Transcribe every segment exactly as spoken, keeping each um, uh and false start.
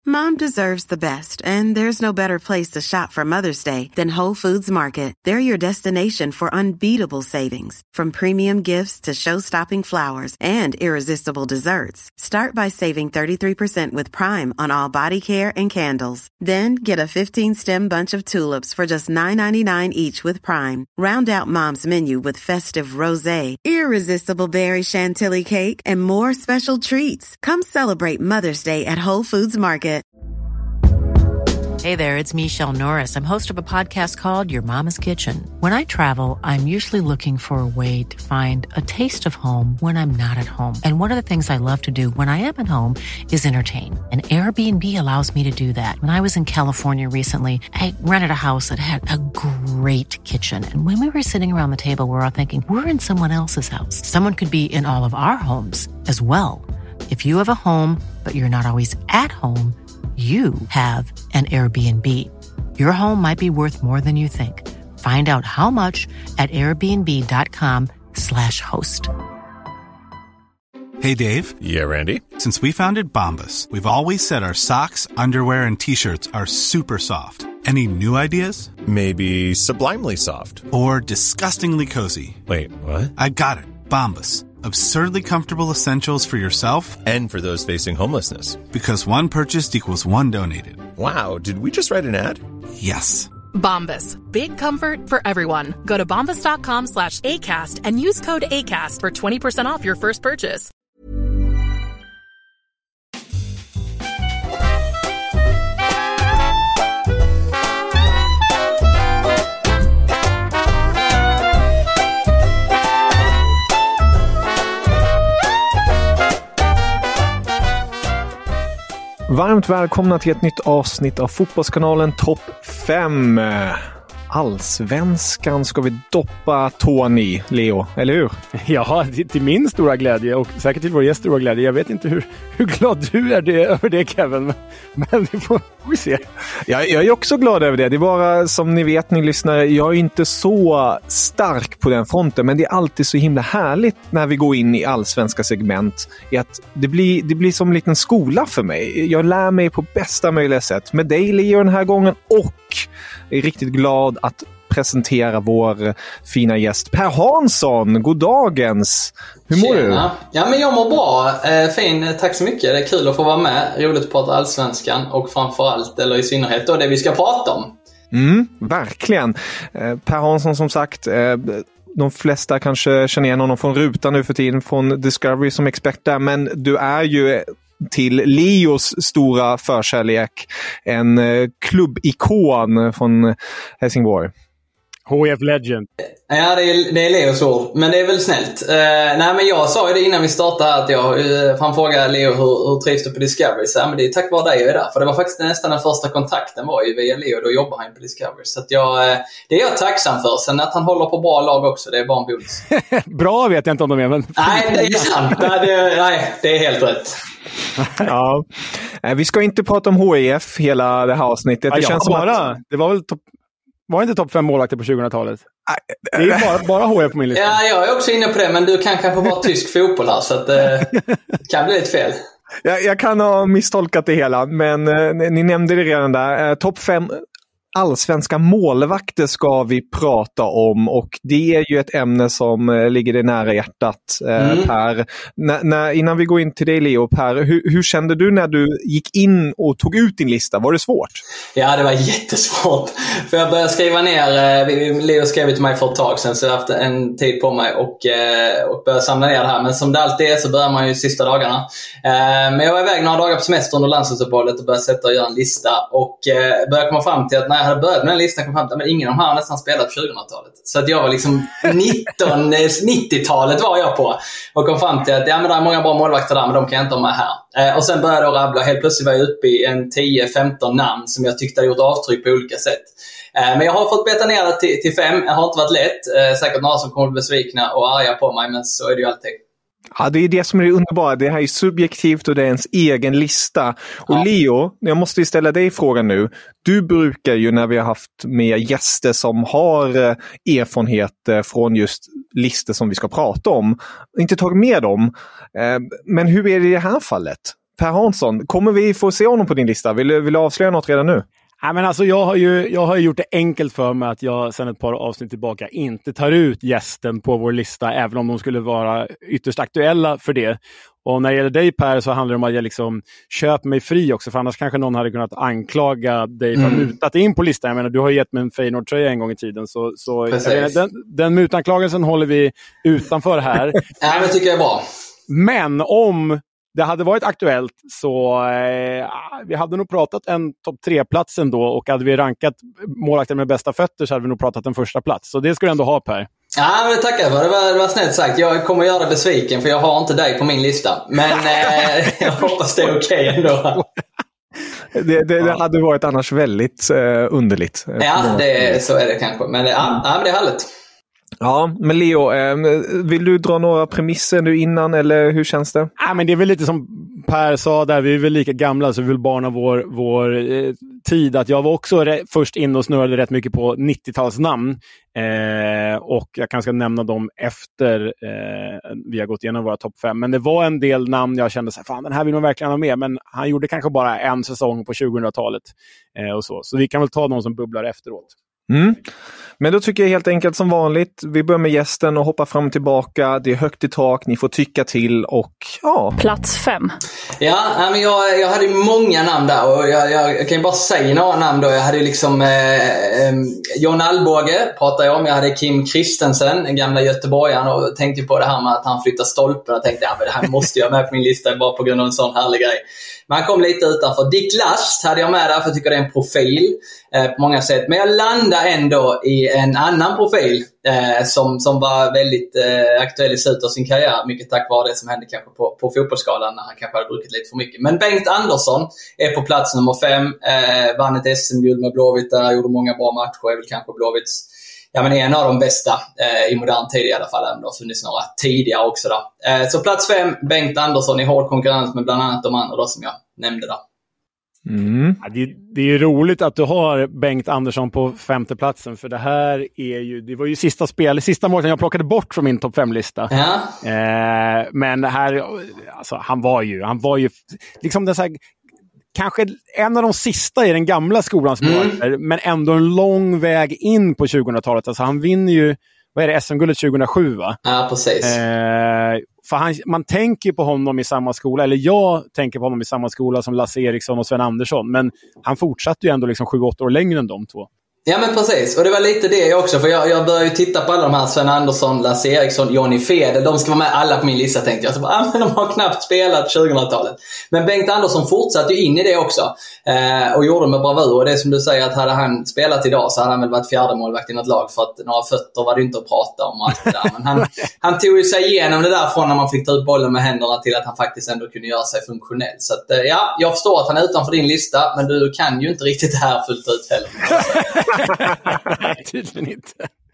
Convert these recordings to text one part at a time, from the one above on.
Mom deserves the best, and there's no better place to shop for Mother's Day than Whole Foods Market. They're your destination for unbeatable savings, from premium gifts to show-stopping flowers and irresistible desserts. Start by saving thirty-three percent with Prime on all body care and candles. Then get a fifteen-stem bunch of tulips for just nine ninety-nine each with Prime. Round out Mom's menu with festive rosé, irresistible berry chantilly cake, and more special treats. Come celebrate Mother's Day at Whole Foods Market. Hey there, it's Michelle Norris. I'm host of a podcast called Your Mama's Kitchen. When I travel, I'm usually looking for a way to find a taste of home when I'm not at home. And one of the things I love to do when I am at home is entertain. And Airbnb allows me to do that. When I was in California recently, I rented a house that had a great kitchen. And when we were sitting around the table, we were all thinking, we're in someone else's house. Someone could be in all of our homes as well. If you have a home, but you're not always at home, you have an Airbnb. Your home might be worth more than you think. Find out how much at airbnb.com slash host. Hey, Dave. Yeah, Randy. Since we founded Bombas, we've always said our socks, underwear, and T-shirts are super soft. Any new ideas? Maybe sublimely soft. Or disgustingly cozy. Wait, what? I got it. Bombas. Absurdly comfortable essentials for yourself and for those facing homelessness. Because one purchased equals one donated. Wow, did we just write an ad? Yes. Bombas. Big comfort for everyone. Go to bombas.com slash ACAST and use code ACAST for twenty percent off your first purchase. Varmt välkomna till ett nytt avsnitt av Fotbollskanalen Topp fem. Allsvenskan ska vi doppa tån i, Leo, eller hur? Ja, till min stora glädje och säkert till vår gäst stora glädje. Jag vet inte hur, hur glad du är det, över det, Kevin, men vi får vi se. Jag, jag är också glad över det. Det är bara, som ni vet, ni lyssnare, jag är inte så stark på den fronten, men det är alltid så himla härligt när vi går in i allsvenska segment i att det blir, det blir som en liten skola för mig. Jag lär mig på bästa möjliga sätt med dig, Leo, den här gången, och är riktigt glad att presentera vår fina gäst Per Hansson. God dagens. Hur mår Tjena. du? Ja, men jag mår bra. Eh, fin, tack så mycket. Det är kul att få vara med. Roligt att prata allsvenskan och framförallt, eller i synnerhet då, det vi ska prata om. Mm, verkligen. Eh, Per Hansson, som sagt, eh, de flesta kanske känner igen honom från rutan nu för tiden, från Discovery som expert där, men du är ju till Leos stora förkärlek en eh, klubbikon från Helsingborg. H F Legend. Ja, det är, det är Leos ord, men det är väl snällt. Uh, nej, men jag sa ju det innan vi startade att jag uh, framfrågade Leo hur, hur trivs du på Discovery? Så, ja, men det är tack vare dig jag är där. För det var faktiskt nästan den första kontakten var ju via Leo, då jobbar han på Discovery. Så att jag, uh, det är jag tacksam för. Sen att han håller på bra lag också, det är bara en bonus. Bra vet jag inte om de är, men... Nej, det är sant. Nej, det, nej, det är helt rätt. Ja. Vi ska inte prata om H I F hela det här avsnittet. Ja, det känns bara, som att... det var väl topp... Var inte topp fem målvakter på tjugohundratalet? Det är bara, bara H F på min lista. Ja, jag är också inne på det, men du kan kanske bara tysk fotboll här, så att det eh, kan bli lite fel. Jag, jag kan ha misstolkat det hela, men eh, ni nämnde det redan där. Eh, topp fem allsvenska målvakter ska vi prata om, och det är ju ett ämne som eh, ligger dig nära hjärtat, eh, mm. Per. N- när, innan vi går in till dig, Leo, Per, hur, hur kände du när du gick in och tog ut din lista? Var det svårt? Ja, det var jättesvårt. För jag började skriva ner, eh, Leo skrev till mig för ett tag sedan, så jag har haft en tid på mig och, eh, och började samla ner det här. Men som det alltid är så börjar man ju sista dagarna. Eh, men jag var iväg några dagar på semester under landslagsuppehållet och började sätta och göra en lista. Och eh, började komma fram till att när jag hade börjat med den listan kom fram till att ingen av de här har nästan spelat på tjugohundratalet. Så att jag var liksom nitton nittiotalet var jag på. Och kom fram till att ja, men det är många bra målvakter där, men de kan jag inte ha med här. Eh, och sen började jag rabbla. Helt plötsligt var jag uppe i en tio femton namn som jag tyckte hade gjort avtryck på olika sätt. Eh, men jag har fått beta ner det till, till fem. Det har inte varit lätt. Eh, säkert några som kommer att bli besvikna och arga på mig, men så är det ju alltid. Ja, det är det som är underbart. Det här är subjektivt och det är ens egen lista. Och ja. Leo, jag måste ju ställa dig frågan nu. Du brukar ju, när vi har haft med gäster som har erfarenhet från just listor som vi ska prata om, inte tagit med dem. Men hur är det i det här fallet? Per Hansson, kommer vi få se honom på din lista? Vill, vill du avslöja något redan nu? Ja, men alltså jag, har ju, jag har ju gjort det enkelt för mig att jag sedan ett par avsnitt tillbaka inte tar ut gästen på vår lista, även om de skulle vara ytterst aktuella för det. Och när det gäller dig, Per, så handlar det om att jag liksom köper mig fri också, för annars kanske någon hade kunnat anklaga dig för att mm. mutat in på listan. Jag menar, du har gett mig en Feyenoord-tröja en gång i tiden, så, så menar, den, den mutanklagelsen håller vi utanför här. Ja, men tycker jag är bra. Men om det hade varit aktuellt så eh, vi hade nog pratat en topp tre-platsen då, och hade vi rankat målvakten med bästa fötter så hade vi nog pratat en första plats. Så det skulle jag ändå ha, Per. Ja, men det tackar jag för. Det var, det var snällt sagt. Jag kommer göra dig besviken för jag har inte dig på min lista. Men eh, jag hoppas det är okej ändå. Det, det, det hade varit annars väldigt eh, underligt. Ja, det, så är det kanske. Men, det, ja, men det är härligt. Ja, men Leo, eh, vill du dra några premisser nu innan, eller hur känns det? Ja, men det är väl lite som Per sa där, vi är väl lika gamla så vi vill barna vår, vår eh, tid. Att jag var också re- först in och snurrade rätt mycket på nittiotalsnamn. Eh, och jag kanske ska nämna dem efter eh, vi har gått igenom våra topp fem. Men det var en del namn jag kände så här, fan den här vill man verkligen ha med. Men han gjorde kanske bara en säsong på tjugohundratalet. Eh, och så. Så vi kan väl ta någon som bubblar efteråt. Mm. Men då tycker jag helt enkelt som vanligt, vi börjar med gästen och hoppar fram och tillbaka. Det är högt i tak, ni får tycka till och ja. Plats fem. Ja, men jag, jag hade ju många namn där och jag, jag, jag kan ju bara säga några namn då. Jag hade ju liksom eh, eh, John Alvbåge pratade jag om. Jag hade Kim Christensen, den gamla göteborgaren, och tänkte på det här med att han flyttar stolpen och tänkte, ja men det här måste jag med på min lista bara på grund av en sån härlig grej. Men han kom lite utanför. Dick Last hade jag med där för jag tycker det är en profil eh, på många sätt. Men jag landade ändå i en annan profil eh, som, som var väldigt eh, aktuell i slutet av sin karriär. Mycket tack vare det som hände kanske på, på fotbollsskalan när han kanske hade druckit lite för mycket. Men Bengt Andersson är på plats nummer fem. Eh, vann ett S M-guld med Blåvitt där. Gjorde många bra matcher. Är väl kanske Blåvitts, ja, men en av de bästa eh, i modern tid i alla fall. Även då funnits några tidigare också då. Eh, så plats fem, Bengt Andersson i hård konkurrens med bland annat de andra då som jag nämnde där. Mm. Ja, det, det är ju roligt att du har Bengt Andersson på femte platsen, för det här är ju, det var ju sista spel, sista målet jag plockade bort från min topp fem-lista. Ja. Eh, men här, alltså, han var ju, han var ju liksom den så här, kanske en av de sista i den gamla skolans mål, mm. men ändå en lång väg in på tjugohundratalet. Alltså han vinner ju, vad är det, S M-guldet tjugohundrasju va? Ja, precis. Eh, för han, man tänker på honom i samma skola, eller jag tänker på honom i samma skola som Lasse Eriksson och Sven Andersson, men han fortsatte ju ändå liksom sju åtta år längre än de två. Ja, men precis. Och det var lite det också. För jag, jag började ju titta på alla de här. Sven Andersson, Lasse Eriksson, Johnny Fedel. De ska vara med alla på min lista, tänkte jag. Så bara, ah, men de har knappt spelat tjugohundratalet. Men Bengt Andersson fortsatte ju in i det också. Eh, och gjorde med bravur. Och det är som du säger, att hade han spelat idag så hade han väl varit fjärde målvakt i något lag. För att några fötter var det inte att prata om allt det där. Men han, han tog ju sig igenom det där från när man fick ta ut bollen med händerna till att han faktiskt ändå kunde göra sig funktionell. Så att, eh, ja, jag förstår att han är utanför din lista. Men du kan ju inte riktigt det här fullt ut heller. Nej, tydligen inte.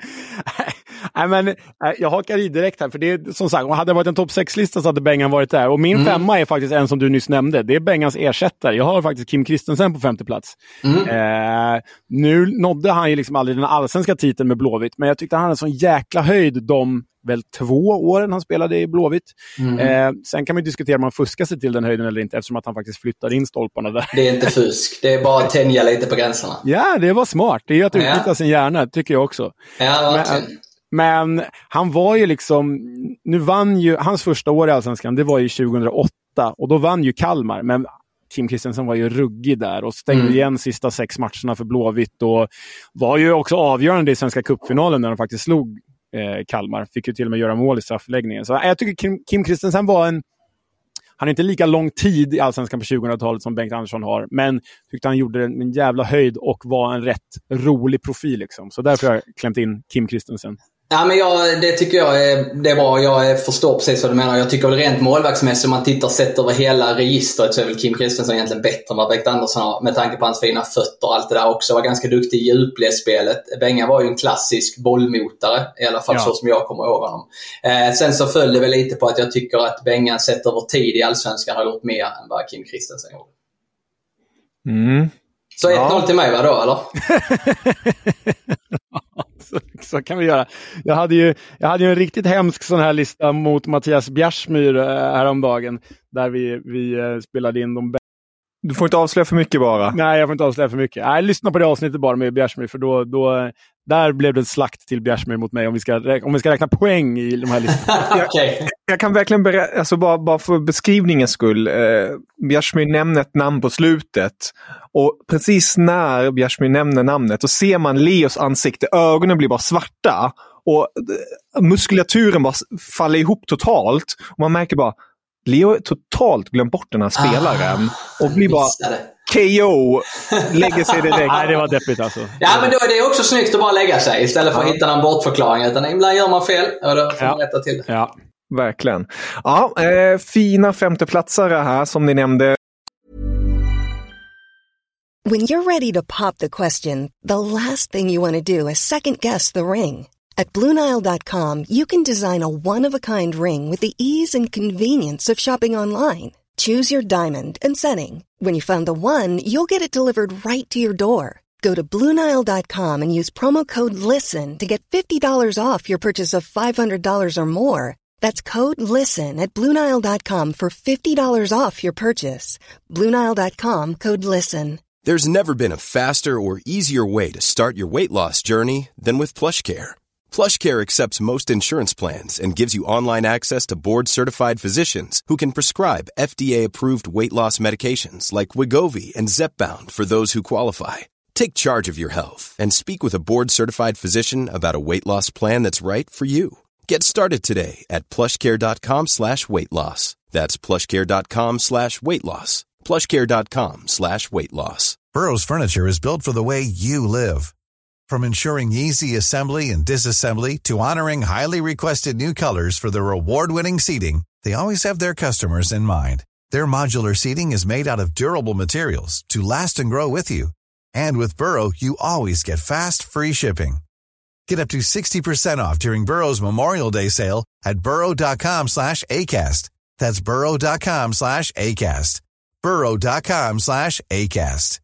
Nej, men jag hakar i direkt här, för det är som sagt, om det hade varit en topp sex-lista så hade Bengan varit där. Och min mm. femma är faktiskt en som du nyss nämnde. Det är Bengans ersättare. Jag har faktiskt Kim Christensen på femte plats. Mm. Eh, nu nådde han ju liksom aldrig den allsvenska titeln med Blåvitt, men jag tyckte han hade en sån jäkla höjd de väl två åren han spelade i Blåvitt. Mm. Eh, sen kan man ju diskutera om man fuskar sig till den höjden eller inte, eftersom att han faktiskt flyttar in stolparna där. Det är inte fusk, det är bara att tänja lite på gränserna. Ja, det var smart. Det är att utnyttja ja. sin hjärna, tycker jag också. Ja, verkligen. Men, men han var ju liksom, nu vann ju, hans första år i Allsvenskan, det var ju tjugohundraåtta, och då vann ju Kalmar, men Kim Christensen var ju ruggig där och stängde mm. igen sista sex matcherna för Blåvitt och var ju också avgörande i Svenska cupfinalen när de faktiskt slog eh, Kalmar. Fick ju till och med göra mål i straffläggningen. Så jag tycker Kim, Kim Christensen var en, han är inte lika lång tid i Allsvenskan på tjugohundratalet som Bengt Andersson har, men tyckte han gjorde en, en jävla höjd och var en rätt rolig profil liksom. Så därför har jag klämt in Kim Christensen. Ja, men jag, det tycker jag är, det är bra. Jag förstår precis vad du menar. Jag tycker väl rent målvaktsmässigt, om man tittar sett över hela registret, så är väl Kim Christensen egentligen bättre än vad Bengt Andersson har, med tanke på hans fina fötter och allt det där också. Var ganska duktig i djupledsspelet. Benga var ju en klassisk bollmotare, i alla fall ja. så som jag kommer ihåg honom. Eh, sen så följde det väl lite på att jag tycker att Benga sett över tid i Allsvenskan har gjort mer än vad Kim Christensen gjorde. Mm. Så ett noll ja. till mig, va då, eller? så, så kan vi göra. Jag hade ju, jag hade ju en riktigt hemsk sån här lista mot Mattias Bjärsmyr äh, häromdagen. Där vi, vi äh, spelade in de bästa. Du får inte avslöja för mycket bara. Nej, jag får inte avslöja för mycket. Nej, lyssna på det avsnittet bara med Bjärsmyr. För då, då, där blev det en slakt till Bjärsmyr mot mig. Om vi ska, om vi ska räkna poäng i de här listorna. Okay. jag, jag kan verkligen berätta, alltså bara, bara för beskrivningens skull. Eh, Bjärsmyr nämner ett namn på slutet. Och precis när Bjärsmyr nämner namnet, då ser man Leos ansikte. Ögonen blir bara svarta. Och eh, muskulaturen bara faller ihop totalt. Och man märker bara, Leo har totalt glömt bort den här spelaren. Ah, och blir bara K O. Lägger sig direkt. Nej, det var deppigt alltså. Ja, men då är det också snyggt att bara lägga sig. Istället för att ja. hitta någon bortförklaring. Utan ibland gör man fel. Och då får ja. man rätta till det. Ja, verkligen. Ja, eh, fina femteplatsare här som ni nämnde. When you're ready to pop the question, the last thing you want to do is second guess the ring. At Blue Nile dot com, you can design a one-of-a-kind ring with the ease and convenience of shopping online. Choose your diamond and setting. When you find the one, you'll get it delivered right to your door. Go to Blue Nile dot com and use promo code LISTEN to get fifty dollars off your purchase of five hundred dollars or more. That's code LISTEN at Blue Nile dot com for fifty dollars off your purchase. Blue Nile dot com, code LISTEN. There's never been a faster or easier way to start your weight loss journey than with PlushCare. PlushCare accepts most insurance plans and gives you online access to board-certified physicians who can prescribe F D A-approved weight loss medications like Wegovy and Zepbound for those who qualify. Take charge of your health and speak with a board-certified physician about a weight loss plan that's right for you. Get started today at plushcare.com slash weight loss. That's plushcare.com slash weight loss. plushcare.com slash weight loss. Burrow's furniture is built for the way you live. From ensuring easy assembly and disassembly to honoring highly requested new colors for their award-winning seating, they always have their customers in mind. Their modular seating is made out of durable materials to last and grow with you. And with Burrow, you always get fast, free shipping. Get up to sixty percent off during Burrow's Memorial Day sale at burrow.com slash ACAST. That's burrow.com slash ACAST. burrow.com slash ACAST.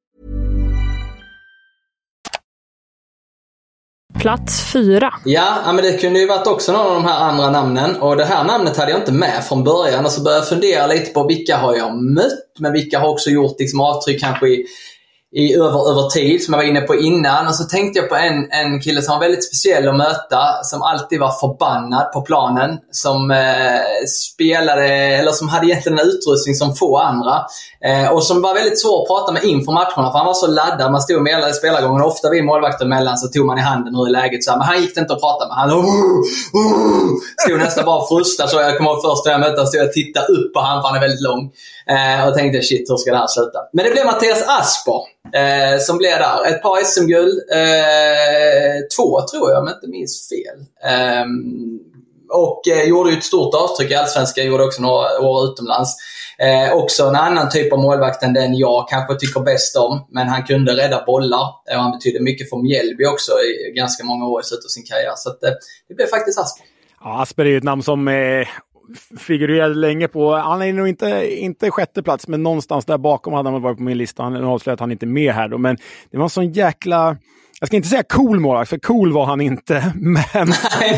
Plats fyra. Ja, men det kunde ju varit också någon av de här andra namnen. Och det här namnet hade jag inte med från början. Och så började jag fundera lite på vilka har jag mött. Men vilka har också gjort liksom avtryck kanske i, i över, över tid som jag var inne på innan. Och så tänkte jag på en, en kille som var väldigt speciell att möta. Som alltid var förbannad på planen. Som eh, spelade, eller som hade egentligen en utrustning som få andra. Eh, och som var väldigt svår att prata med inför matcherna. För han var så laddad. Man stod med i spelargången. Och ofta vid målvakten mellan så tog man i handen hur i läget. Så här, men han gick inte att prata med. Han uh, uh, stod nästan bara frustad. Så jag kommer ihåg först när jag mötte stod jag och tittade upp på han. För han är väldigt lång. Eh, och tänkte shit, hur ska det här sluta? Men det blev Mattias Asper. Eh, som blev där. Ett par S M-guld. Eh, två tror jag, om jag inte minns fel. Eh, och eh, gjorde ju ett stort avtryck i Allsvenskan. Gjorde också några år utomlands. Eh, också en annan typ av målvakt än den jag kanske tycker bäst om. Men han kunde rädda bollar. Eh, han betydde mycket för Mjällby också i ganska många år i slutet av sin karriär. Så att, eh, det blev faktiskt Asper. Ja, Asper är ju ett namn som... Eh... figurerade länge på, han är nog inte, inte sjätte plats, men någonstans där bakom hade han varit på min lista. Han har avslöjat att han inte är med här då, men det var en sån jäkla, jag ska inte säga cool målvakt, för cool var han inte, men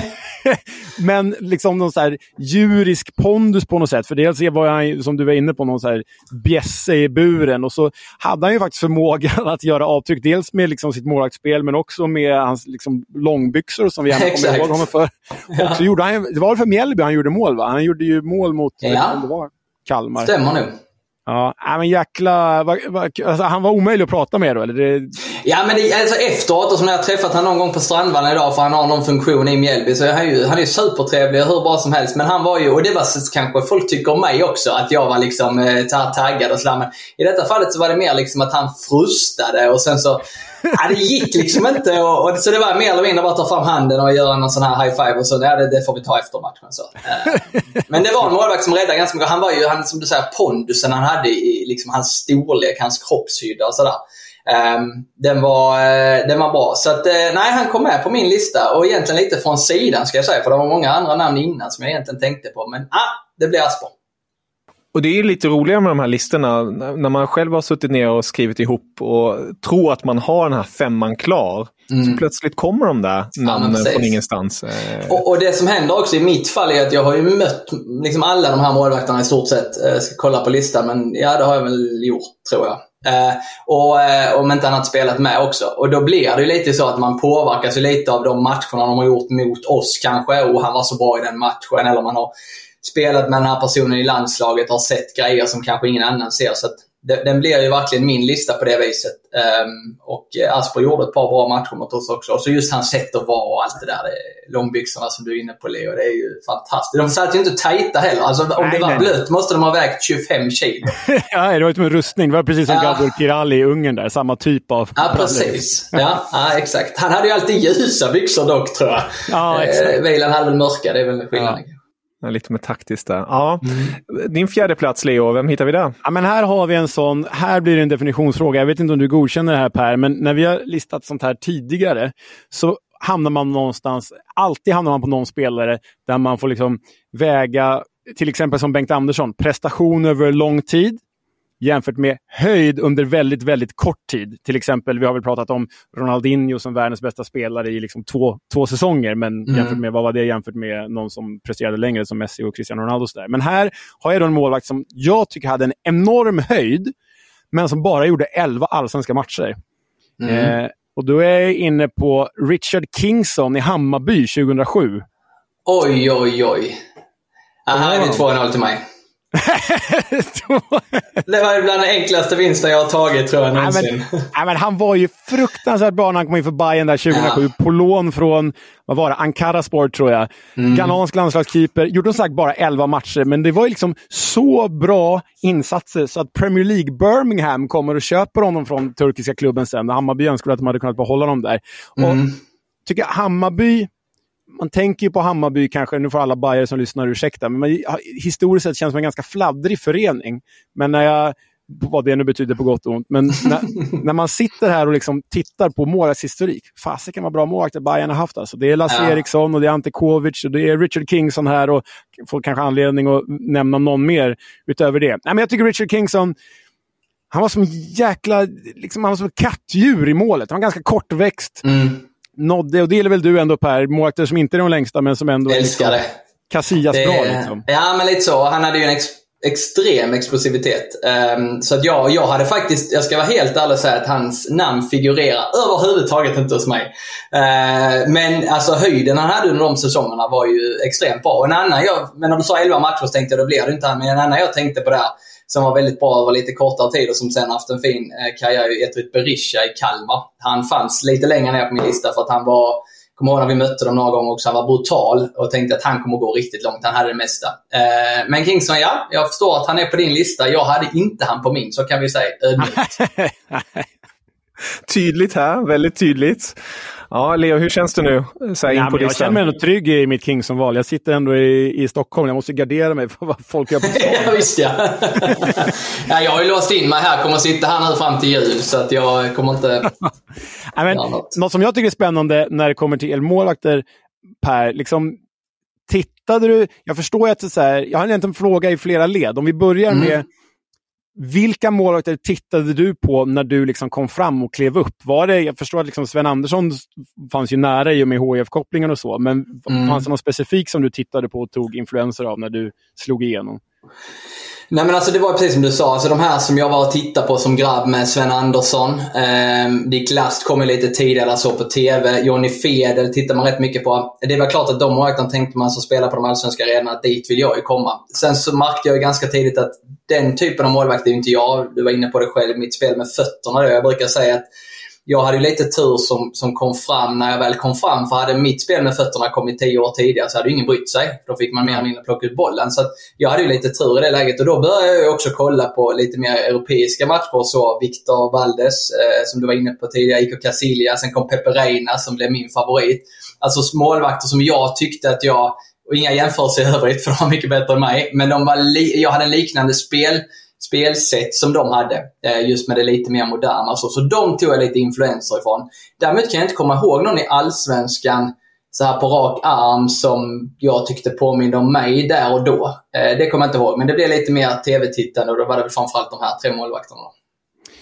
men liksom någon så här djurisk pondus på något sätt, för dels var han, som du var inne på, någon så här bjässe i buren, och så hade han ju faktiskt förmågan att göra avtryck, dels med liksom sitt målvaktsspel, men också med hans liksom långbyxor som vi gärna kommer ihåg honom för. Ja. Och så gjorde han, det var för Mjällby han gjorde mål, va? Han gjorde ju mål mot, ja. om det var Kalmar. Stämmer nu. Ja, men jäkla, va, va, alltså, han var omöjlig att prata med då, eller? Det... Ja, men det, alltså efteråt, och som jag har träffat han någon gång på Strandvallen idag, för han har någon funktion i Mjällby, så han är ju, han är ju supertrevlig och hur bra som helst, men han var ju, och det var så, kanske folk tycker om mig också, att jag var liksom eh, taggad och sådär, men i detta fallet så var det mer liksom att han frustade, och sen så ja, det gick liksom inte, och, och så det var mer eller mindre bara att ta fram handen och göra någon sån här high five och så, ja, det, det får vi ta efter matchen så. Eh, men det var en målvakt som räddade ganska mycket. Han var ju, han, som du säger, pondusen han hade i liksom hans storlek, hans kroppshydda och sådär. Um, den, var, uh, den var bra. Så att, uh, nej, han kom med på min lista. Och egentligen lite från sidan ska jag säga. För det var många andra namn innan som jag egentligen tänkte på. Men ah, det blev Asper. Och det är lite roligare med de här listorna. När man själv har suttit ner och skrivit ihop och tror att man har den här femman klar. Mm. Så plötsligt kommer de där namnen ja, från ingenstans. Och, och det som händer också i mitt fall är att jag har ju mött liksom alla de här målvakterna i stort sett. Jag ska kolla på listan, men ja, det har jag väl gjort, tror jag. Eh, och eh, om inte annat spelat med också. Och då blir det ju lite så att man påverkas ju lite av de matcherna de har gjort mot oss kanske. Och han var så bra i den matchen. Eller man har spelat med den här personen i landslaget och har sett grejer som kanske ingen annan ser. Så att det, den blir ju verkligen min lista på det viset. Um, och Asper gjorde ett par bra matcher mot oss också. Och så just hans sätt att vara och allt det där. Det långbyxorna som du är inne på, Leo. Det är ju fantastiskt. De satt ju inte tajta heller. Alltså, om nej, det var nej. blött måste de ha vägt tjugofem kilo. Ja, det var ju som en rustning. Det var precis som ja. Gabor Kirali i Ungern där. Samma typ av... Ja, precis. Ja, ja, exakt. Han hade ju alltid ljusa byxor dock, tror jag. Ja, exakt. Wieland hade väl mörka. Det är väl skillnaden. Ja. Ja, lite med taktiskt där. Ja. Mm. Din fjärde plats, Leo. Vem hittar vi där? Ja, men här har vi en sån... Här blir det en definitionsfråga. Jag vet inte om du godkänner det här, Per. Men när vi har listat sånt här tidigare så hamnar man någonstans... Alltid hamnar man på någon spelare där man får liksom väga... Till exempel som Bengt Andersson. Prestation över lång tid jämfört med höjd under väldigt, väldigt kort tid. Till exempel, vi har väl pratat om Ronaldinho som världens bästa spelare i liksom två, två säsonger. Men mm. jämfört med, vad var det jämfört med någon som presterade längre som Messi och Cristiano Ronaldo? Där. Men här har jag då en målvakt som jag tycker hade en enorm höjd, men som bara gjorde elva allsvenska matcher. Mm. Eh, och då är jag inne på Richard Kingston i Hammarby tjugohundrasju. Oj, oj, oj. Aha, det är två noll till mig. Det var ju bland den enklaste vinsten jag har tagit, tror jag, någonsin. Ja, men, ja, men han var ju fruktansvärt bra när han kom in för Bayern där tjugohundrasju. Ja. På lån från, vad var det, Ankara Sport, tror jag. Mm. Ghanansk landslagskeeper. Gjorde sagt bara elva matcher, men det var ju liksom så bra insatser så att Premier League Birmingham kommer och köper honom från turkiska klubben sen. Hammarby önskade att de hade kunnat behålla dem där. Mm. Och tycker jag Hammarby... Man tänker ju på Hammarby kanske, nu får alla Bayer som lyssnar ursäkta, men man, historiskt sett känns som en ganska fladdrig förening. Men när jag, vad det nu betyder på gott och ont, men när, när man sitter här och liksom tittar på målvaktshistorik, fast det kan vara bra målvakter Bayern har haft. Alltså. Det är Lasse ja. Eriksson och det är Ante Kovic och det är Richard Kingston här, och får kanske anledning att nämna någon mer utöver det. Nej, men jag tycker Richard Kingston, han var som jäkla, liksom, han var som ett kattdjur i målet. Han var ganska kortväxt. Mm. Nådde, och det är väl du ändå, Per, målvakter som inte är de längsta men som ändå är liksom Casillas bra liksom. Ja, men lite så. Han hade ju en ex- extrem explosivitet. Um, så att jag, jag hade faktiskt, jag ska vara helt ärlig och säga att hans namn figurerar överhuvudtaget inte hos mig. Uh, men alltså höjden han hade under de säsongerna var ju extremt bra. Och en annan jag, men om du sa elva matcher så tänkte jag, då blir det inte han. Men en annan jag tänkte på där som var väldigt bra över lite kortare tid och som sen haft en fin eh, karriär i Etrit Berisha i Kalmar. Han fanns lite längre ner på min lista för att han var, kommer ihåg när vi mötte dem några gånger också, han var brutal och tänkte att han kommer gå riktigt långt, han hade det mesta. Eh, men Kingston, ja, jag förstår att han är på din lista, jag hade inte han på min, så kan vi säga ödmjukt. Tydligt här, väldigt tydligt. Ja, Leo, hur känns det nu? Så ja, på jag känner mig ändå trygg i mitt Kingston-val. Jag sitter ändå i, i Stockholm. Jag måste gardera mig för vad folk gör på stan. Ja, visst ja. Ja. Jag har ju låst in mig här. Kommer att sitta här nu fram till jul. Så att jag kommer inte... ja, men, något. något som jag tycker är spännande när det kommer till målvakter, Per, liksom... Tittade du... Jag förstår att det är så här... Jag har egentligen en fråga i flera led. Om vi börjar mm. med... Vilka målvakter tittade du på när du liksom kom fram och klev upp? Var det, jag förstår att liksom Sven Andersson fanns ju nära i och med H I F-kopplingen och så, men mm. fanns det någon specifik som du tittade på och tog influenser av när du slog igenom? Nej, men alltså det var precis som du sa, alltså de här som jag var och tittade på som grabb med Sven Andersson, eh, Dick Last kom ju lite tidigare så på tv, Johnny Fedel tittar man rätt mycket på. Det var klart att de målvakterna tänkte man som spelar på de allsvenska arenorna, dit vill jag ju komma. Sen så märkte jag ju ganska tidigt att den typen av målvakt är ju inte jag. Du var inne på det själv, mitt spel med fötterna då. Jag brukar säga att jag hade ju lite tur som, som kom fram när jag väl kom fram. För hade mitt spel med fötterna kommit tio år tidigare så hade ju ingen brytt sig. Då fick man mer eller mindre plocka ut bollen. Så att jag hade ju lite tur i det läget. Och då började jag också kolla på lite mer europeiska matcher. Så Victor Valdes, eh, som du var inne på tidigare, Iker Casillas. Sen kom Pepe Reina som blev min favorit. Alltså målvakter som jag tyckte att jag... Och inga jämförelser i övrigt för de var mycket bättre än mig. Men de var li- jag hade en liknande spel... spelsätt som de hade, just med det lite mer moderna. Så, så de tog jag lite influenser ifrån. Däremot kan jag inte komma ihåg någon i allsvenskan så här på rak arm som jag tyckte påminner om mig där och då. Det kommer jag inte ihåg, men det blev lite mer tv-tittande och då var det väl framförallt de här tre målvakterna.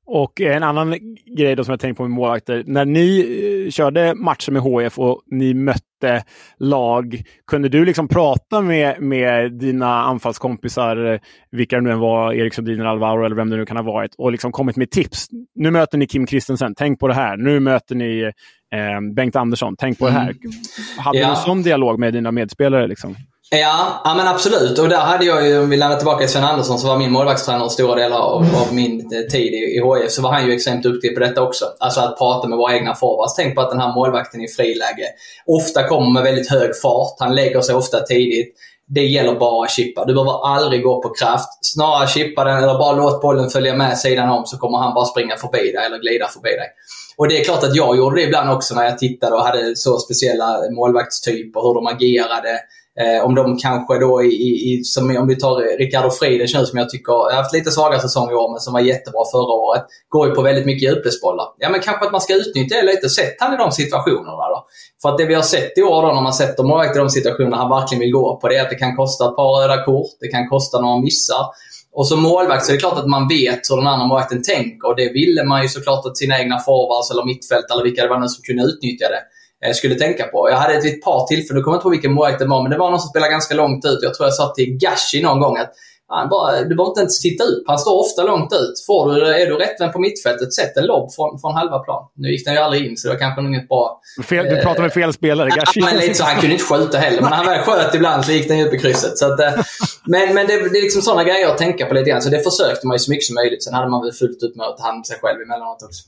Och en annan grej då som jag tänkt på med målvakter. När ni eh, körde matcher med H F och ni mötte lag, kunde du liksom prata med, med dina anfallskompisar, vilka det nu än var, Erik Sundin eller Alvaro eller vem det nu kan ha varit, och liksom kommit med tips? Nu möter ni Kim Christensen, tänk på det här. Nu möter ni eh, Bengt Andersson, tänk på mm. det här. Hade ja. du en sån dialog med dina medspelare liksom? Ja, ja, men absolut. Och där hade jag ju, om vi landar tillbaka i Sven Andersson, så var min målvaktstränare stora delar av, av min tid i, i H F, så var han ju extremt duktig på detta också. Alltså att prata med våra egna forwards. Tänk på att den här målvakten i friläge ofta kommer med väldigt hög fart. Han lägger sig ofta tidigt. Det gäller bara att chippa. Du behöver aldrig gå på kraft. Snarare chippa den eller bara låt bollen följa med sidan om, så kommer han bara springa förbi dig eller glida förbi dig. Och det är klart att jag gjorde det ibland också när jag tittade och hade så speciella målvaktstyper, hur de agerade. Eh, om de kanske då, i, i, som om vi tar Ricardo Friedrich nu, som jag tycker jag har haft lite svagare säsong i år, men som var jättebra förra året, går ju på väldigt mycket djupledsbollar. Ja, men kanske att man ska utnyttja det lite. Sätt han i de situationerna då. För att det vi har sett i år då, när man sätter målvakt i de situationerna han verkligen vill gå på, det är att det kan kosta ett par röda kort, det kan kosta några missar. Och som målvakt så är det klart att man vet hur den andra målvakten tänker, och det ville man ju såklart att sina egna forwards eller mittfält eller vilka det var nu som kunde utnyttja det skulle tänka på. Jag hade ett par tillfällen, du kommer inte på vilken målvakt det var, men det var någon som spelade ganska långt ut. Jag tror jag sa till Gashi någon gång att han bara, du behöver inte ens titta ut, han står ofta långt ut. Får du, är du rättvänd på mittfältet, sätt en lobb från, från halva plan. Nu gick den ju aldrig in, så det var kanske inget bra. Fel, du pratar med fel spelare, Gashi. Men lite så, han kunde inte skjuta heller, men han väl sköt ibland, så gick den upp i krysset. Så att, men men det, det är liksom sådana grejer att tänka på lite grann, så det försökte man ju så mycket som möjligt. Sen hade man väl fullt ut med att ta hand om sig själv emellanåt också.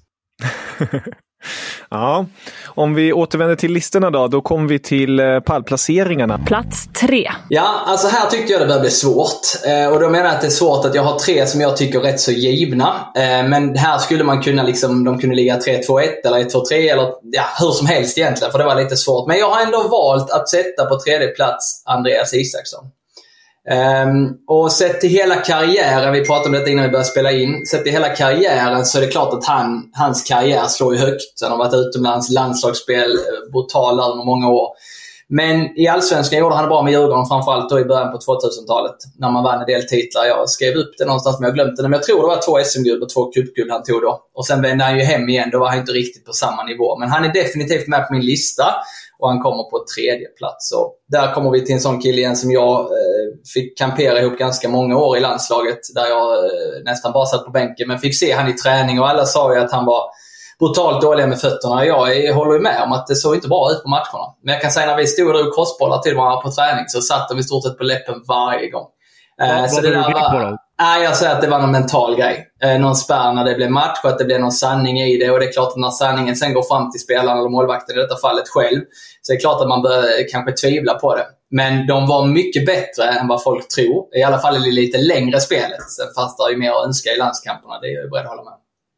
Ja, om vi återvänder till listorna då, då kommer vi till pallplaceringarna. Plats tre. Ja, alltså här tyckte jag det började bli svårt. Eh, och då menar jag att det är svårt att jag har tre som jag tycker är rätt så givna. Eh, men här skulle man kunna liksom, de kunde ligga tre två ett eller ett två tre eller ja, hur som helst egentligen, för det var lite svårt. Men jag har ändå valt att sätta på tredje plats Andreas Isaksson. Um, och sett till hela karriären, vi pratade om detta innan vi började spela in, sett till hela karriären så är det klart att han, hans karriär slår ju högt. Han har varit utomlands, landslagsspel, brutal under många år. Men i Allsvenskan gjorde han bra med Djurgården, framförallt då i början på tvåtusentalet när man vann en del titlar. Jag skrev upp det någonstans men jag glömde det, men jag tror det var två S M-guld och två cupguld han tog då. Och sen vände han ju hem igen, då var han inte riktigt på samma nivå. Men han är definitivt med på min lista. Och han kommer på tredje plats. Så där kommer vi till en sån kille igen som jag eh, fick kampera ihop ganska många år i landslaget. Där jag eh, nästan bara satt på bänken. Men fick se han i träning och alla sa ju att han var brutalt dålig med fötterna. Jag håller ju med om att det såg inte bra ut på matcherna. Men jag kan säga när vi stod och drog crossbollar till varandra på träning så satt de i stort sett på läppen varje gång. Eh, så det där var... Nej, jag säger att det var någon mental grej. Eh, någon spärr när det blev match och att det blev någon sanning i det. Och det är klart att när sanningen sen går fram till spelaren eller målvakten, i detta fallet själv, så är det klart att man bör kanske tvivla på det. Men de var mycket bättre än vad folk tror. I alla fall i det lite längre spelet. Sen fast det är ju mer att önska i landskamperna. Det är jag beredd att hålla med.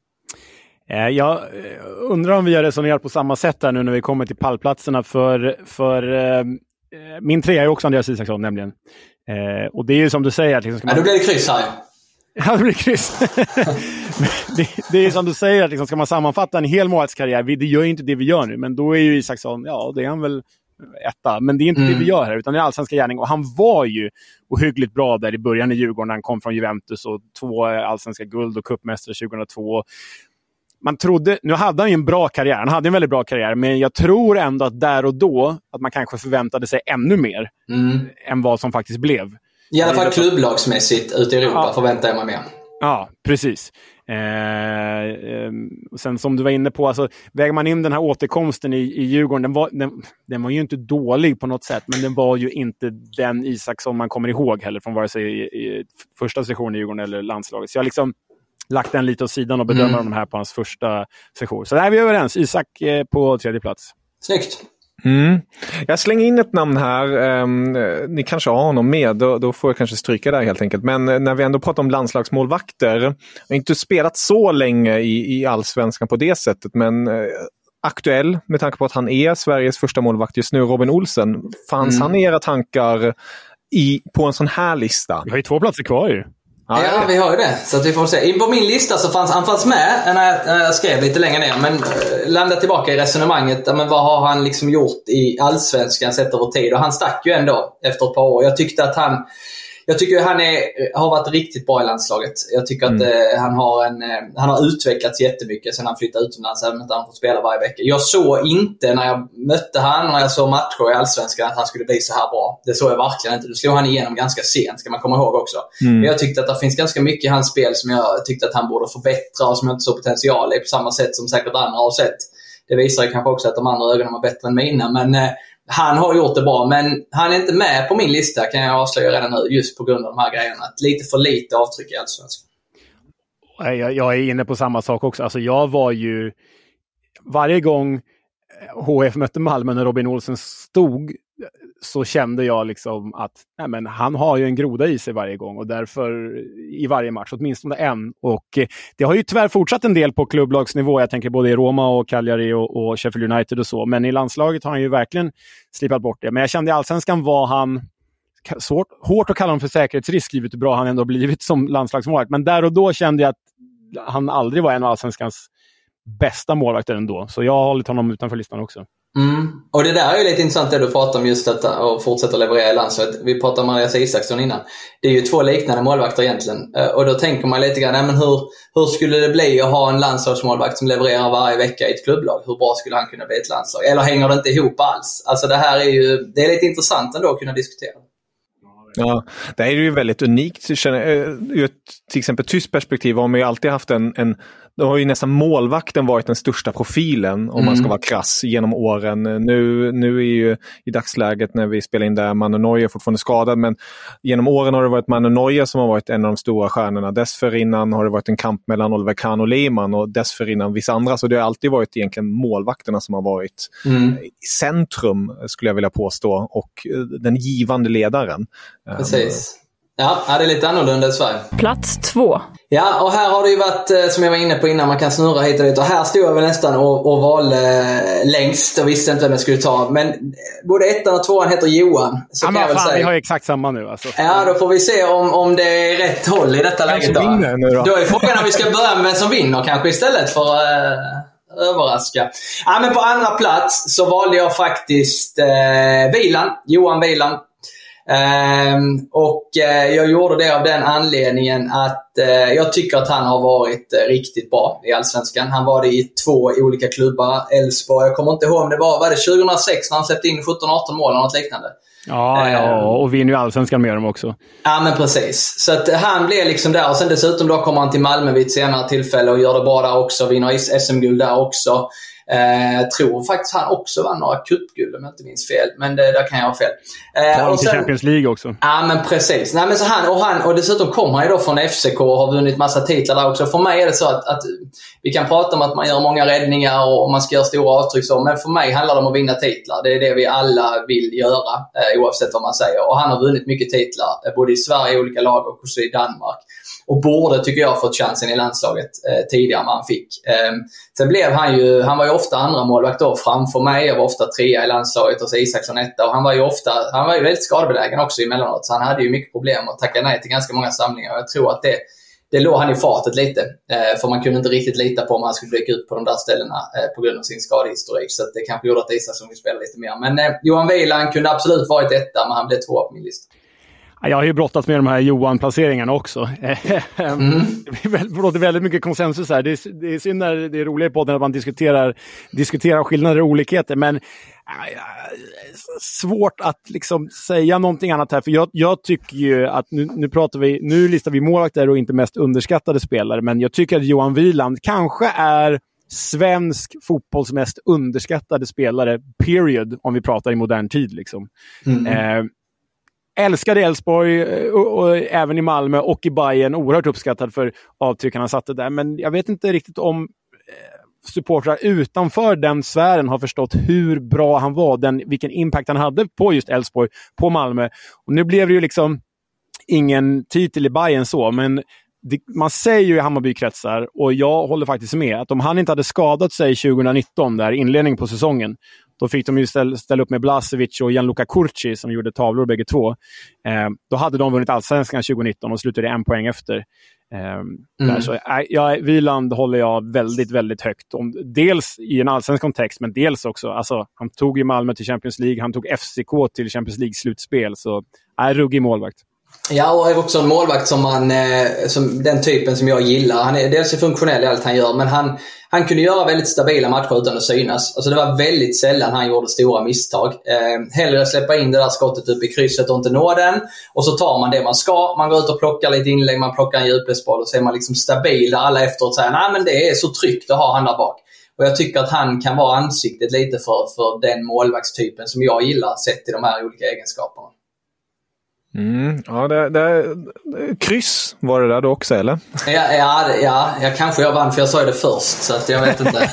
Jag undrar om vi har resonerat på samma sätt här nu när vi kommer till pallplatserna. För, för eh, min trea är också Andreas Isaksson nämligen. Eh, och det är ju som du säger. Liksom, ska man... Ja, då blir det kryss här. Ja, det blir kryss. det, det är som du säger, liksom, ska man sammanfatta en hel målvaktskarriär, det gör ju inte det vi gör nu. Men då är ju Isaksson, ja det är han väl etta. Men det är inte mm. det vi gör här, utan det är allsvenska gärning. Och han var ju ohyggligt bra där i början i Djurgården när han kom från Juventus och två allsvenska guld och cupmästare tjugohundratvå. Man trodde, nu hade han ju en bra karriär, han hade en väldigt bra karriär, men jag tror ändå att där och då att man kanske förväntade sig ännu mer mm. än vad som faktiskt blev. I alla fall klubblagsmässigt ute i Europa ja. Förväntar jag mig mer. Ja, precis. Eh, eh, sen som du var inne på, alltså, väger man in den här återkomsten i, i Djurgården, den var, den, den var ju inte dålig på något sätt, men den var ju inte den Isak som man kommer ihåg heller från vare sig i, i första sessionen i Djurgården eller landslaget. Så jag liksom lagt den lite åt sidan och bedömer mm. de här på hans första session. Så där är vi överens. Isak eh, på tredje plats. Snyggt. Mm. Jag slänger in ett namn här. Um, ni kanske har honom med. Då, då får jag kanske stryka där helt enkelt. Men när vi ändå pratar om landslagsmålvakter. Jag har inte spelat så länge i, i allsvenskan på det sättet. Men uh, aktuell med tanke på att han är Sveriges första målvakt just nu. Robin Olsen. Fanns mm. han i era tankar i, på en sån här lista? Vi har ju två platser kvar ju. Ja, ja, vi har ju det. Så att vi får se. På min lista så fanns han fanns med när jag, när jag skrev lite längre ner. Men äh, landade tillbaka i resonemanget. Men vad har han liksom gjort i allsvenskan sett över tid? Och han stack ju ändå efter ett par år. Jag tyckte att han... jag tycker han är, har varit riktigt bra i landslaget. Jag tycker mm. att eh, han, har en, eh, han har utvecklats jättemycket sedan han flyttade utomlands, även om han får spela varje vecka. Jag såg inte när jag mötte han och när jag såg matcher i Allsvenskan att han skulle bli så här bra. Det såg jag verkligen inte. Då slog han igenom ganska sent, ska man komma ihåg också. Mm. Men jag tyckte att det finns ganska mycket i hans spel som jag tyckte att han borde förbättra och som jag inte såg potential i på samma sätt som säkert andra har sett. Det visar ju kanske också att de andra ögonen var bättre än mina, men eh, han har gjort det bra, men han är inte med på min lista, kan jag avslöja redan nu, just på grund av de här grejerna. Lite för lite avtryck i Allsvenskan. Jag, jag är inne på samma sak också. Alltså jag var ju varje gång H F mötte Malmö när Robin Olsen stod, så kände jag liksom att nej men, han har ju en groda i sig varje gång och därför i varje match, åtminstone en. Och det har ju tyvärr fortsatt en del på klubblagsnivå. Jag tänker både i Roma och Cagliari och, och Sheffield United och så. Men i landslaget har han ju verkligen slipat bort det. Men jag kände i Allsvenskan var han svårt, hårt att kalla honom för säkerhetsrisk, givet hur bra han ändå blivit som landslagsmålvakt. Men där och då kände jag att han aldrig var en av Allsvenskans bästa målvakter ändå. Så jag har hållit honom utanför listan också. Mm. Och det där är ju lite intressant det du pratar om, just att och fortsätta leverera i landslaget. Vi pratade om Andreas Isaksson innan. Det är ju två liknande målvakter egentligen. Och då tänker man lite grann, nej, men hur, hur skulle det bli att ha en landslagsmålvakt som levererar varje vecka i ett klubblag? Hur bra skulle han kunna bli ett landslag? Eller hänger det inte ihop alls? Alltså det här är ju, det är lite intressant ändå att kunna diskutera. Ja, det här är ju väldigt unikt. Ur ett till exempel tyst perspektiv har man ju alltid haft en, en då har ju nästan målvakten varit den största profilen, om mm. man ska vara krass, genom åren. Nu, nu är ju i dagsläget när vi spelar in där Manu Neuer fortfarande skadad, men genom åren har det varit Manu Neuer som har varit en av de stora stjärnorna. Dessförinnan har det varit en kamp mellan Oliver Kahn och Lehmann, och dessförinnan vissa andra. Så det har alltid varit egentligen målvakterna som har varit mm. i centrum, skulle jag vilja påstå, och den givande ledaren. Precis. Ja, det är lite annorlunda i Sverige. Plats två. Ja, och här har det ju varit, som jag var inne på innan, man kan snurra hit och dit. Och här stod jag väl nästan och, och valde längst och visste inte vem jag skulle ta. Men både ettan och tvåan heter Johan. Så ja, kan jag väl fan, säga. Vi har exakt samma nu alltså. Ja, då får vi se om, om det är rätt håll i detta läget. Då. Då. då är frågan om vi ska börja med vem som vinner kanske istället för att äh, överraska. Ja, men på andra plats så valde jag faktiskt äh, Wieland, Johan Wieland. Um, och uh, jag gjorde det av den anledningen att uh, jag tycker att han har varit uh, riktigt bra i Allsvenskan. Han var det i två olika klubbar. Elfsborg, jag kommer inte ihåg om det var, var det tjugohundrasex när han släppte in sjutton arton mål eller något liknande. Ja, ja, och vinner ju Allsvenskan med dem också. Ja, men precis. Så att han blev liksom där. Och sen dessutom då kommer han till Malmö vid ett senare tillfälle och gör det bra där också. Vinner S M-guld där också. Jag eh, tror faktiskt han också vann några cupguld om jag inte minns fel. Men det, där kan jag ha fel. Eh, och sen, Champions League också. Ja, men precis. Nej, men så han, och, han, och dessutom kommer han ju då från F C K och har vunnit massa titlar där också. För mig är det så att, att vi kan prata om att man gör många räddningar och man ska göra stora avtryck så. Men för mig handlar det om att vinna titlar. Det är det vi alla vill göra, eh, oavsett vad man säger. Och han har vunnit mycket titlar, eh, både i Sverige, i olika lag och också i Danmark. Och borde, tycker jag, fått chansen i landslaget eh, tidigare än han fick. Eh, sen blev han ju, han var ju ofta andra målvakt då framför mig. Jag var ofta trea i landslaget och så Isaksson etta. Och han var ju ofta, han var ju väldigt skadebelägen också emellanåt. Så han hade ju mycket problem att tacka nej till ganska många samlingar. Och jag tror att det, det låg han i fatet lite. Eh, för man kunde inte riktigt lita på om han skulle dyka ut på de där ställena eh, på grund av sin skadehistorik. Så att det kanske gjorde att Isaksson vill spela lite mer. Men eh, Johan Wieland kunde absolut varit etta, men han blev två på min lista. Jag har ju brottats med de här Johan-placeringarna också. Mm. Det råder väldigt mycket konsensus här. Det är, det är synd när det är roligt på när man diskuterar, diskuterar skillnader och olikheter. Men äh, svårt att liksom säga någonting annat här. För jag, jag tycker ju att nu, nu pratar vi, nu listar vi målvakter och inte mest underskattade spelare. Men jag tycker att Johan Wieland kanske är svensk fotbolls mest underskattade spelare, period, om vi pratar i modern tid liksom. Mm. Eh, Älskade Elfsborg och, och även i Malmö och i Bayern, oerhört uppskattad för avtrycken han satte där. Men jag vet inte riktigt om eh, supportrar utanför den sfären har förstått hur bra han var, den, vilken impact han hade på just Elfsborg, på Malmö. Och nu blev det ju liksom ingen titel i Bayern så, men det, man säger ju i Hammarby-kretsar, och jag håller faktiskt med, att om han inte hade skadat sig tjugonitton, där inledningen på säsongen, då fick de ju ställa, ställa upp med Blasevic och Gianluca Curci som gjorde tavlor bägge två. Eh, då hade de vunnit Allsvenskan tjugonitton och slutade en poäng efter. Eh, mm. där, så, äh, ja, Wieland håller jag väldigt, väldigt högt. Om, dels i en allsvensk kontext, men dels också, alltså, han tog ju Malmö till Champions League, han tog F C K till Champions League-slutspel. Så är äh, ruggig målvakt. Ja, och är också en målvakt som man, som den typen som jag gillar. Han är dels funktionell i allt han gör, men han, han kunde göra väldigt stabila matcher utan att synas. Alltså det var väldigt sällan han gjorde stora misstag. Eh, hellre släppa in det där skottet upp i krysset och inte nå den. Och så tar man det man ska. Man går ut och plockar lite inlägg, man plockar en djupledsboll och så är man liksom stabil där alla efteråt säger nej men det är så tryggt att ha han där bak. Och jag tycker att han kan vara ansiktet lite för, för den målvaktstypen som jag gillar sett i de här olika egenskaperna. Mm, ja, det, det, kryss var det där då också, eller? Ja, ja, ja, jag kanske jag vann för jag sa det först, så att jag vet inte.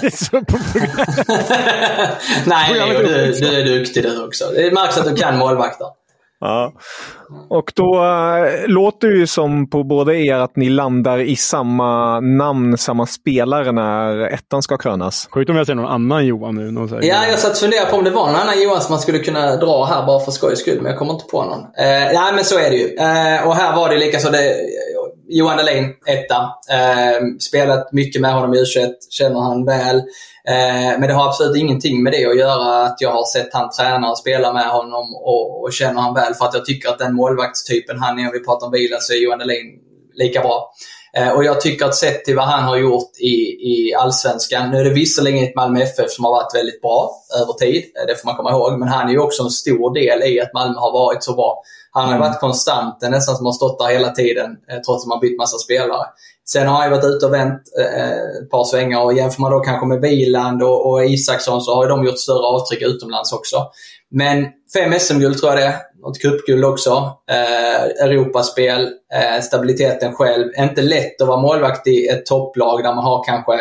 Nej, Leo, du, du är duktig där också. Det märks att du kan målvakter. Ja. Och då äh, låter det ju som på både er att ni landar i samma namn, samma spelare när ettan ska krönas. Sjukt om jag ser någon annan Johan nu. Någon ja, jag satt och funderade på om det var någon annan Johan som man skulle kunna dra här bara för skojs skull, men jag kommer inte på någon. Eh, nej, men så är det ju. Eh, och här var det lika så det... Johan Dahlin, etta. Eh, spelat mycket med honom i U tjugoett, känner han väl. Eh, men det har absolut ingenting med det att göra att jag har sett han träna och spela med honom och, och känner han väl. För att jag tycker att den målvaktstypen han är, om vi pratar om vila, så är Johan Dahlin lika bra. Eh, och jag tycker att sett till vad han har gjort i, i Allsvenskan, nu är det visserligen ett Malmö F F som har varit väldigt bra över tid, det får man komma ihåg, men han är ju också en stor del i att Malmö har varit så bra. Han har varit konstant, nästan som har stått där hela tiden, trots att man bytt massa spelare. Sen har han varit ute och vänt eh, ett par svängar, och jämför man då kanske med Wieland och, och Isaksson, så har de gjort större avtryck utomlands också. Men fem S M-guld tror jag det är, och ett cupguld också, eh, Europaspel, eh, stabiliteten själv. Inte lätt att vara målvakt i ett topplag där man har kanske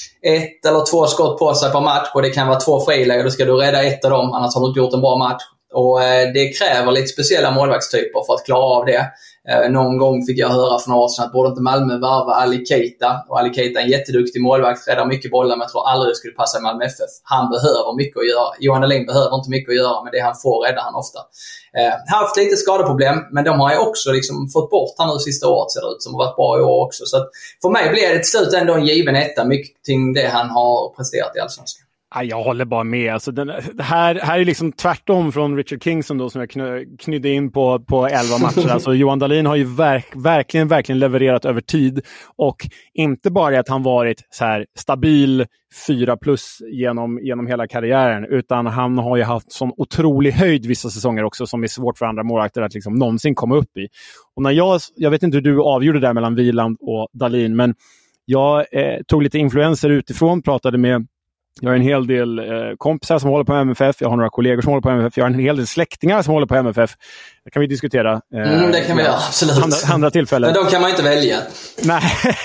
ett eller två skott på sig per match, och det kan vara två friläge, då ska du rädda ett av dem, annars har du inte gjort en bra match. Och eh, det kräver lite speciella målvaktstyper för att klara av det. Eh, någon gång fick jag höra för några år sedan att borde inte Malmö varva Ali Keita. Och Ali Keita är en jätteduktig målvakt, räddar mycket bollar, men jag tror aldrig det skulle passa i Malmö F F. Han behöver mycket att göra. Johan Dahlin behöver inte mycket att göra, men det han får räddar han ofta. Eh, haft lite skadeproblem, men de har ju också liksom fått bort han nu sista året, ser det ut som har varit bra i år också. Så att för mig blir det till slut ändå en given etta, mycket till det han har presterat i Allsvenskan. Jag håller bara med. Alltså den, det här, här är liksom tvärtom från Richard Kingston då, som jag knö, knydde in på, på elva matcher. Alltså Johan Dahlin har ju verk, verkligen, verkligen levererat över tid. Och inte bara att han varit så här stabil fyra plus genom, genom hela karriären, utan han har ju haft sån otrolig höjd vissa säsonger också, som är svårt för andra målvakter att liksom någonsin komma upp i. Och när jag, jag vet inte hur du avgjorde det där mellan Wieland och Dahlin, men jag eh, tog lite influenser utifrån, pratade med Jag har en hel del eh, kompisar som håller på M F F. Jag har några kollegor som håller på M F F. Jag har en hel del släktingar som håller på M F F. Det kan vi diskutera. Eh, mm, det kan vi göra, absolut. Andra, andra tillfällen. Men de kan man inte välja. Nej,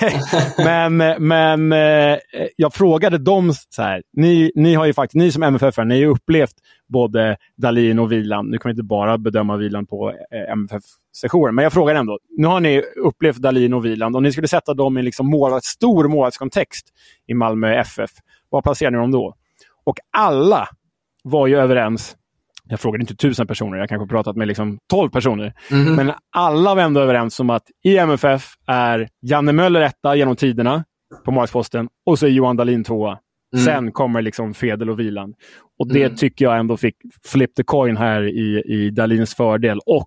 men, men eh, jag frågade dem så här. Ni, ni har ju faktiskt, ni som M F F-are, ni har ju upplevt både Dahlin och Wieland. Nu kan vi inte bara bedöma Wieland på eh, M F F-sessionen. Men jag frågar ändå. Nu har ni upplevt Dahlin och Wieland. Om ni skulle sätta dem i en liksom målat, stor målvaktskontext i Malmö F F. Vad placerar ni dem då? Och alla var ju överens. Jag frågade inte tusen personer. Jag kanske pratat med liksom tolv personer. Mm-hmm. Men alla var ändå överens om att i M F F är Janne Möller etta genom tiderna på målvaktsposten. Och så är Johan Dahlin tvåa. Mm. Sen kommer liksom Fedel och Wieland. Och det mm. tycker jag ändå fick flip the coin här i, i Dahlins fördel. Och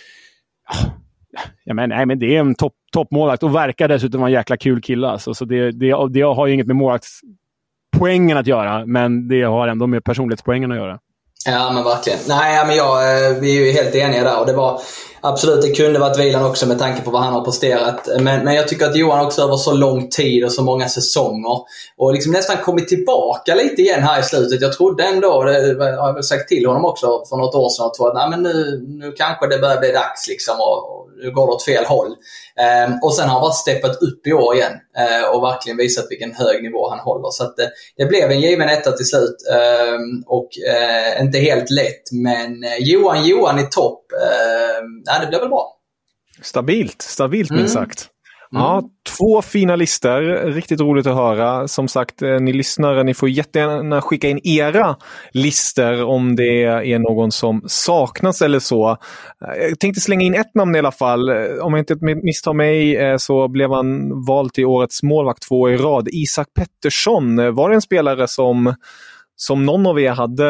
ja, men, nej, men det är en topp, toppmålvakt. Och verkar dessutom vara en jäkla kul kille. Alltså, så det, det, det har ju inget med målvakts poängen att göra, men det har ändå med personlighetspoängen att göra. Ja, men verkligen. Nej, men jag, vi är ju helt eniga där, och det var absolut, det kunde varit Wieland också med tanke på vad han har presterat. Men, men jag tycker att Johan också över så lång tid och så många säsonger och liksom nästan kommit tillbaka lite igen här i slutet. Jag trodde ändå, det har jag väl sagt till honom också för något år sedan, att nej, men nu, nu kanske det börjar bli dags liksom, och, och nu går det åt fel håll. Um, och sen har han bara steppat upp i år igen uh, och verkligen visat vilken hög nivå han håller. Så att, uh, det blev en given etta till slut, um, och uh, inte helt lätt, men uh, Johan Johan i topp, uh, ja, det blev väl bra. Stabilt, stabilt minst Mm. sagt. Ja, två fina listor. Riktigt roligt att höra. Som sagt, ni lyssnare, ni får jättegärna skicka in era listor om det är någon som saknas eller så. Jag tänkte slänga in ett namn i alla fall. Om jag inte misstar mig så blev han vald till årets målvakt två i rad. Isak Pettersson. Var det en spelare som, som någon av er hade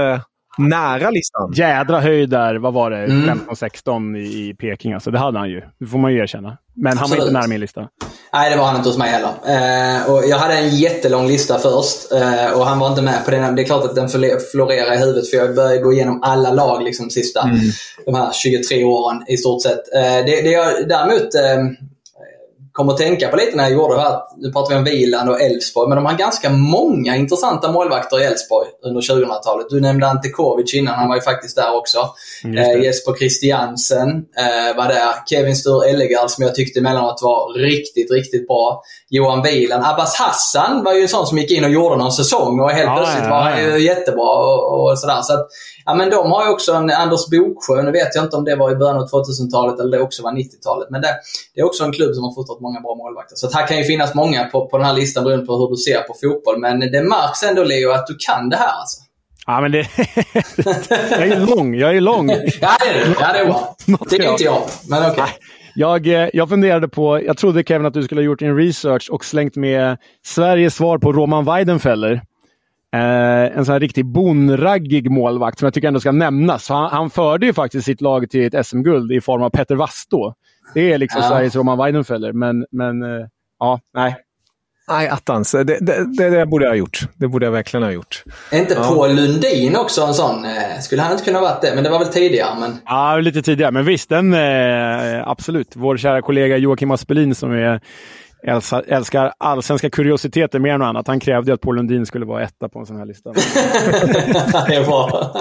nära listan. Jädra höjd där, vad var det? Mm. femton sexton i, i Peking. Alltså, det hade han ju. Det får man ju erkänna. Men han var inte nära min lista. Nej, det var han inte hos mig heller. Eh, och jag hade en jättelång lista först. Eh, och han var inte med på den. Det är klart att den florerar i huvudet. För jag började gå igenom alla lag liksom sista mm. de här tjugotre åren i stort sett. Eh, det, det jag däremot eh, kommer att tänka på lite när jag gjorde det här. Nu pratar vi om Wieland och Elfsborg. Men de har ganska många intressanta målvakter i Elfsborg under tjugohundratalet. Du nämnde Ante Kovic innan. Han var ju faktiskt där också. Mm, eh, Jesper Christiansen eh, var där. Kevin Sture Ellegard som jag tyckte emellanåt var riktigt, riktigt bra. Johan Wieland. Abbas Hassan var ju en sån som gick in och gjorde någon säsong. Och helt ja, plötsligt var han ju jättebra och, och sådär. Så att, ja, men de har ju också en Anders Boksjö. Nu vet jag inte om det var i början av tvåtusentalet eller det också var nittiotalet. Men det, det är också en klubb som har fått många bra målvakter. Så här kan ju finnas många på, på den här listan beroende på hur du ser på fotboll. Men det märks ändå, Leo, att du kan det här alltså. Ja, men det... jag är lång, jag är lång. Ja, det är du. Ja, det är bra. Det är inte jag, men okej. Okay. Jag, jag funderade på, jag trodde Kevin att du skulle ha gjort en research och slängt med Sveriges svar på Roman Weidenfeller. Eh, en sån här riktig bonraggig målvakt som jag tycker ändå ska nämnas. Han, han förde ju faktiskt sitt lag till ett S M-guld i form av Petter Vastå. Det är liksom ja. Sveriges Roman Weidenfeller, men, men eh, ja, nej. Nej, attans. Det, det, det, det borde jag ha gjort. Det borde jag verkligen ha gjort. Är inte ja. Paul Lundin också en sån? Skulle han inte kunna varit det? Men det var väl tidigare. Men... Ja, lite tidigare. Men visst, den, eh, absolut. Vår kära kollega Joakim Aspelin som är, älskar, älskar allsvenska kuriositeter mer än något annat. Han krävde att Paul Lundin skulle vara etta på en sån här lista. Det är bra.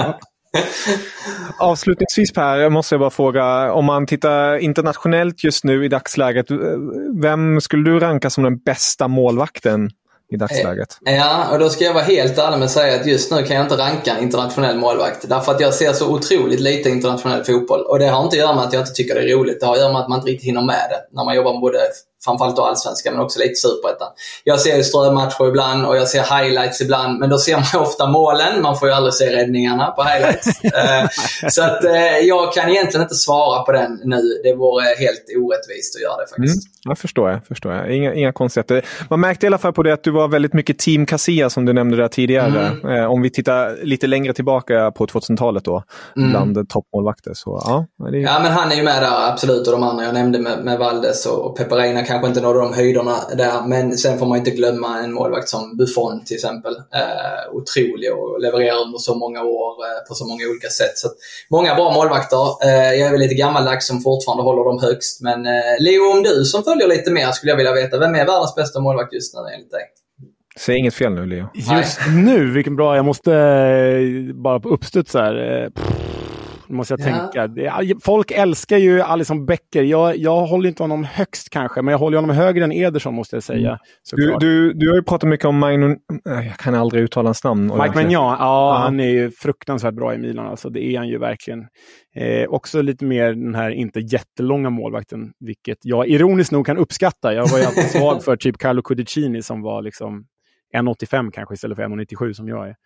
Avslutningsvis, Per, måste jag bara fråga, om man tittar internationellt just nu i dagsläget, vem skulle du ranka som den bästa målvakten i dagsläget? Ja, och då ska jag vara helt ärlig med att säga att just nu kan jag inte ranka en internationell målvakt. Därför att jag ser så otroligt lite internationell fotboll. Och det har inte att göra med att jag inte tycker det är roligt. Det har att göra med att man inte riktigt hinner med det när man jobbar med både framförallt då allsvenska men också lite superettan. Jag ser ju strömmatcher ibland och jag ser highlights ibland, men då ser man ofta målen. Man får ju aldrig se räddningarna på highlights. Så att eh, jag kan egentligen inte svara på den nu. Det vore helt orättvist att göra det faktiskt. Mm, jag förstår jag, förstår jag. Inga, inga konstigheter. Man märkte i alla fall på det att du var väldigt mycket Team Casilla som du nämnde där tidigare. Mm. Eh, om vi tittar lite längre tillbaka på tvåtusentalet då, mm. bland toppmålvakter. Så, ja, det är... ja, men han är ju med där, absolut. Och de andra jag nämnde med, med Valdes och Peperina kanske inte nådde de höjderna där, men sen får man inte glömma en målvakt som Buffon till exempel. Eh, otrolig och levererar under så många år eh, på så många olika sätt. Så att, många bra målvakter. Eh, jag är väl lite gammaldags som fortfarande håller dem högst, men eh, Leo, om du som följer lite mer skulle jag vilja veta, vem är världens bästa målvakt just nu enligt dig? Säg inget fel nu, Leo. Just Nej. nu, vilken bra, jag måste eh, bara på uppstuds här. Eh, måste jag tänka. Ja. Folk älskar ju Alisson Becker. Jag, jag håller inte honom högst kanske, men jag håller honom högre än Ederson måste jag säga. Mm. Du, du, du har ju pratat mycket om Maignan... Jag kan aldrig uttala hans namn. Mike Maignan, ja, ja, han är ju fruktansvärt bra i Milan. Alltså, det är han ju verkligen. Eh, också lite mer den här inte jättelånga målvakten, vilket jag ironiskt nog kan uppskatta. Jag var ju alltid svag för typ Carlo Cudicini som var liksom en åttiofem kanske istället för en nittiosju som jag är.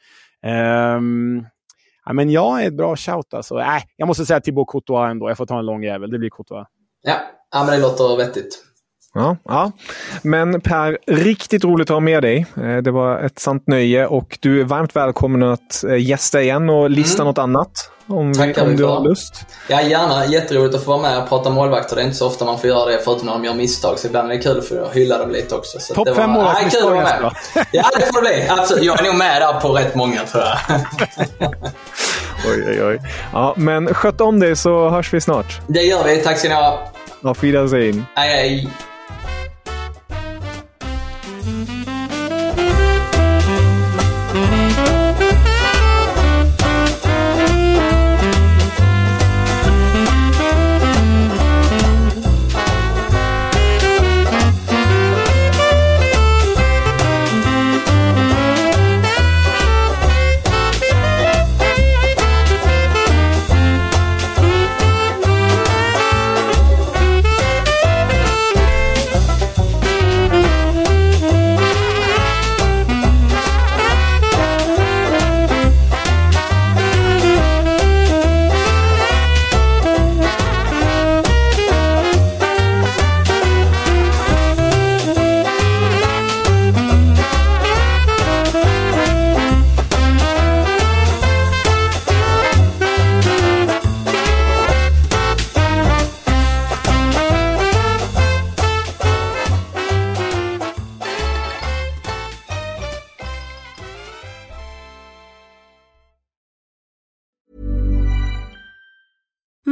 Ehm... Ja, men jag är ett bra shout alltså. Äh, jag måste säga Thibaut Courtois ändå. Jag får ta en lång jävel. Det blir Courtois. Ja, ja men det låter vettigt. Ja, ja. Men Per, riktigt roligt att ha med dig. Det var ett sant nöje och du är varmt välkommen att gästa igen och lista mm. något annat. Om, vi, om du har lust. Ja, gärna. Jätteroligt att få vara med och prata målvakter. Det är inte så ofta man får göra det förutom när de gör misstag. Så ibland är det kul för att hylla dem lite också. Topp fem målvaktsmisstag var... Ja, det får det bli. Absolut. Jag är nog med där på rätt många tror jag. Oj, oj, oj. Ja, men sköt om dig så hörs vi snart. Det gör vi. Tack ska ni ha. Auf Wiedersehen. Hej, hej.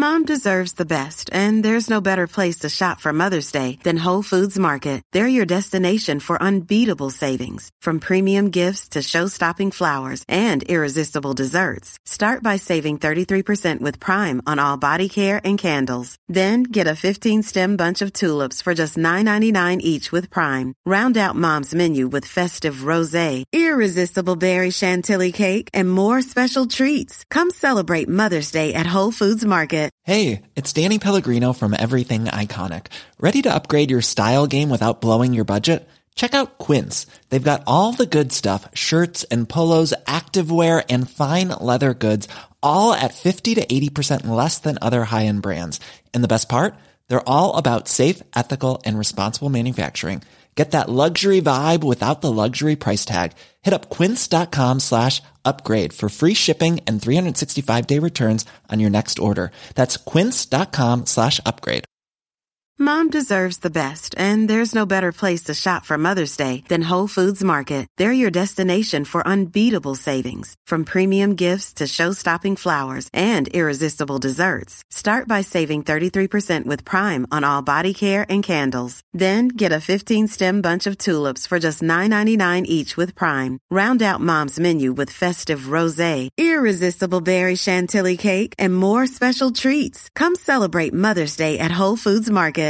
Mom deserves the best, and there's no better place to shop for Mother's Day than Whole Foods Market. They're your destination for unbeatable savings, from premium gifts to show-stopping flowers and irresistible desserts. Start by saving thirty-three percent with Prime on all body care and candles. Then get a fifteen-stem bunch of tulips for just nine ninety-nine each with Prime. Round out Mom's menu with festive rosé, irresistible berry chantilly cake, and more special treats. Come celebrate Mother's Day at Whole Foods Market. Hey, it's Danny Pellegrino from Everything Iconic. Ready to upgrade your style game without blowing your budget? Check out Quince. They've got all the good stuff, shirts and polos, activewear, and fine leather goods, all at fifty to eighty percent less than other high-end brands. And the best part? They're all about safe, ethical, and responsible manufacturing. Get that luxury vibe without the luxury price tag. Hit up quince.com slash upgrade for free shipping and three sixty-five day returns on your next order. That's quince.com slash upgrade. Mom deserves the best, and there's no better place to shop for Mother's Day than Whole Foods Market. They're your destination for unbeatable savings, from premium gifts to show-stopping flowers and irresistible desserts. Start by saving thirty-three percent with Prime on all body care and candles. Then get a fifteen-stem bunch of tulips for just nine ninety-nine each with Prime. Round out Mom's menu with festive rosé, irresistible berry chantilly cake, and more special treats. Come celebrate Mother's Day at Whole Foods Market.